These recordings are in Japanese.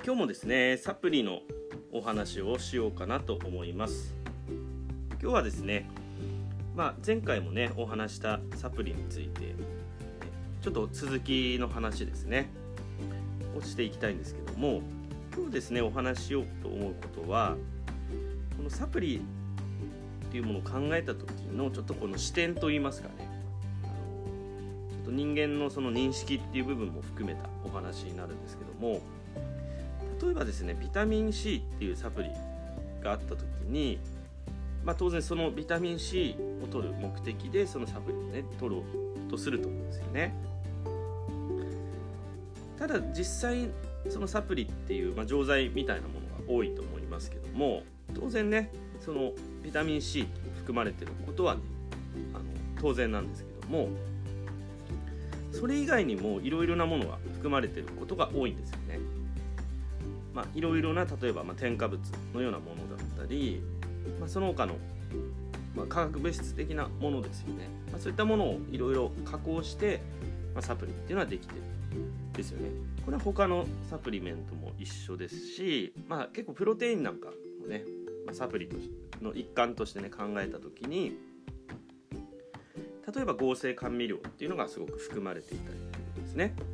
今日もですねサプリのお話をしようかなと思います。今日はですね、前回もねお話したサプリについてちょっと続きの話ですねをしていきたいんですけども、今日ですねお話ししようと思うことは、このサプリっていうものを考えた時のちょっとこの視点といいますかね、ちょっと人間のその認識っていう部分も含めたお話になるんですけども、例えばですねビタミン C っていうサプリがあった時に、当然そのビタミン C を取る目的でそのサプリをね取ろうとすると思うんですよね。ただ実際そのサプリっていう、錠剤みたいなものが多いと思いますけども、当然ねそのビタミン C 含まれていることは、当然なんですけども、それ以外にもいろいろなものが含まれていることが多いんですよね。いろいろな例えば添加物のようなものだったり、その他の、化学物質的なものですよね。そういったものをいろいろ加工して、サプリっていうのはできてるんですよね。これは他のサプリメントも一緒ですし、結構プロテインなんかもね、サプリの一環としてね考えた時に、例えば合成甘味料っていうのがすごく含まれていたりということですね。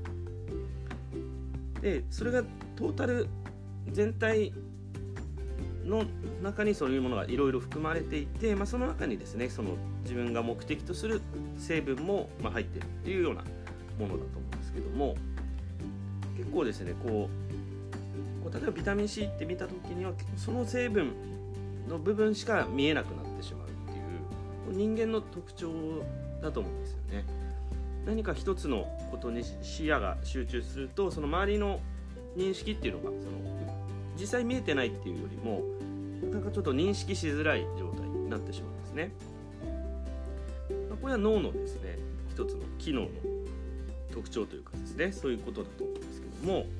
でそれがトータル全体の中にそういうものがいろいろ含まれていて、その中にですねその自分が目的とする成分も入っているっていうようなものだと思うんですけども、結構ですねこう例えばビタミン C って見た時にはその成分の部分しか見えなくなってしまうっていう人間の特徴だと思うんですよね。何か一つのことに視野が集中すると、その周りの認識っていうのが実際見えてないっていうよりもなんかちょっと認識しづらい状態になってしまうんですね。これは脳のですね一つの機能の特徴というかですね、そういうことだと思うんですけども、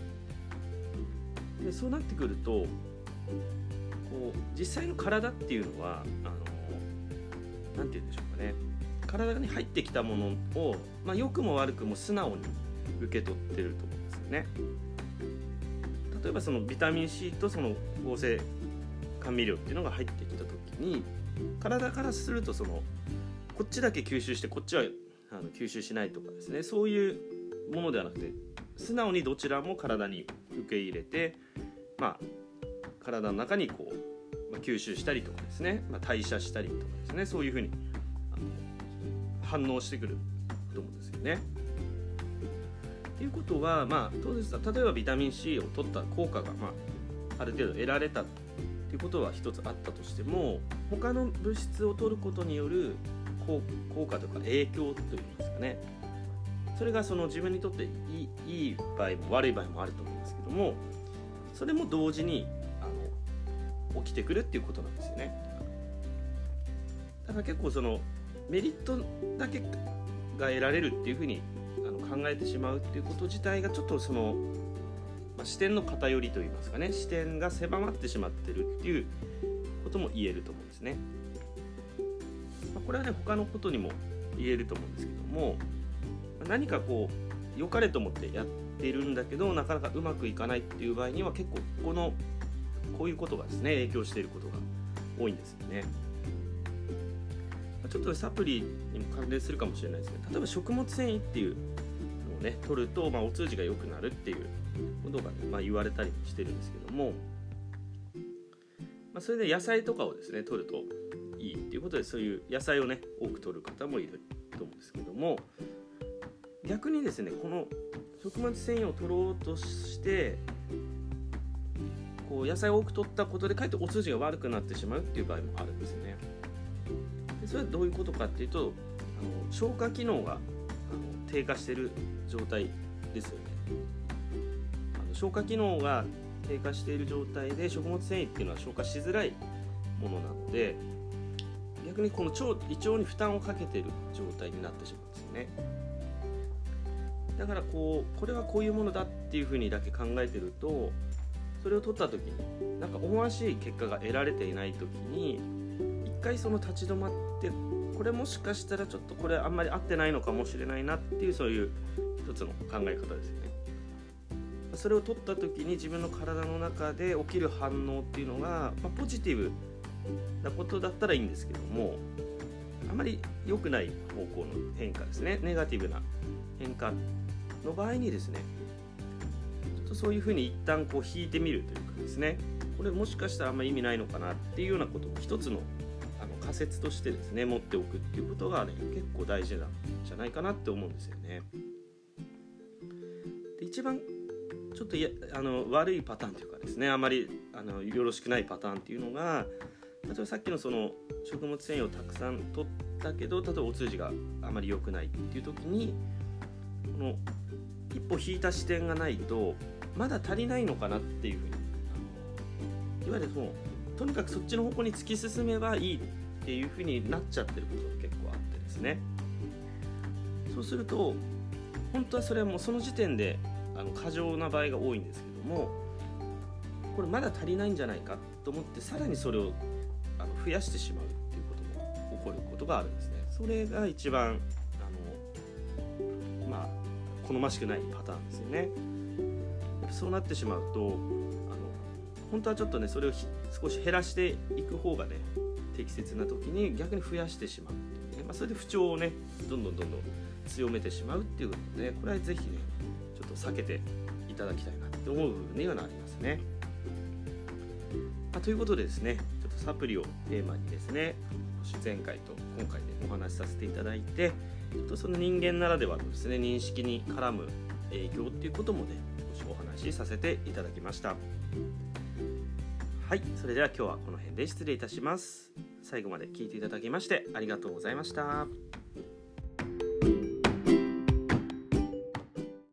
でそうなってくるとこう実際の体っていうのはなんて言うんでしょうかね、体に入ってきたものを、良くも悪くも素直に受け取ってると思うんですよね。例えばそのビタミン C とその合成甘味料っていうのが入ってきた時に、体からするとこっちだけ吸収してこっちは吸収しないとかですね、そういうものではなくて、素直にどちらも体に受け入れて、体の中に吸収したりとかですね、代謝したりとかですね、そういうふうに反応してくると思うんですよね。ということは、当然例えばビタミン C を取った効果が、ある程度得られたということは一つあったとしても、他の物質を取ることによる効果とか影響といいますかね、それが自分にとっていい場合も悪い場合もあると思うんですけども、それも同時に起きてくるっていうことなんですよね。だから結構メリットだけが得られるっていうふうに考えてしまうっていうこと自体がちょっと視点の偏りといいますかね、視点が狭まってしまってるっていうことも言えると思うんですね。これはね他のことにも言えると思うんですけども、何か良かれと思ってやっているんだけどなかなかうまくいかないっていう場合には、結構こういうことがですね影響していることが多いんですよね。ちょっとサプリにも関連するかもしれないですけど、例えば食物繊維っていうのをね取ると、お通じが良くなるっていうことが、言われたりしてるんですけども、それで野菜とかをですね取るといいっていうことで、そういう野菜をね多く取る方もいると思うんですけども、逆にですねこの食物繊維を取ろうとして野菜を多く取ったことでかえってお通じが悪くなってしまうっていう場合もあるんですよね。でそれはどういうことかっていうと、消化機能が低下している状態ですよね。消化機能が低下している状態で食物繊維っていうのは消化しづらいものなので、逆にこの胃腸に負担をかけている状態になってしまうんですよね。だからこれはこういうものだっていうふうにだけ考えてると、それを取った時になんか思わしい結果が得られていない時に一回立ち止まって、これもしかしたらちょっとこれあんまり合ってないのかもしれないなっていう、そういう一つの考え方ですよね。 それを取った時に自分の体の中で起きる反応っていうのが、ポジティブなことだったらいいんですけども、あまり良くない方向の変化ですね、ネガティブな変化の場合にですね、ちょっとそういうふうに一旦こう引いてみるというかですね、これもしかしたらあんまり意味ないのかなっていうようなことを一つの仮説としてですね持っておくっていうことがね結構大事なんじゃないかなって思うんですよね。で一番ちょっと悪いパターンというかですね、あまりよろしくないパターンっていうのが、例えばさっきのその食物繊維をたくさん取ったけど例えばお通じがあまり良くないっていう時に、この一歩引いた視点がないとまだ足りないのかなっていうふうにいわゆるもうとにかくそっちの方向に突き進めばいいっていうふうになっちゃってることが結構あってですね、そうすると本当はそれはもうその時点で過剰な場合が多いんですけども、これまだ足りないんじゃないかと思ってさらにそれを増やしてしまうっていうことも起こることがあるんですね。それが一番好ましくないパターンですよね。そうなってしまうと本当はちょっとねそれを少し減らしていく方がね適切な時に逆に増やしてしまうっていうね、それで不調をねどんどん強めてしまうっていうことで、これはぜひねちょっと避けていただきたいなって思う部分にはなりますね。ということでですね、ちょっとサプリをテーマにですね前回と今回でお話しさせていただいて、ちょっとその人間ならではのですね認識に絡む影響っていうこともね少しお話しさせていただきました。はい、それでは今日はこの辺で失礼いたします。最後まで聞いていただきましてありがとうございました。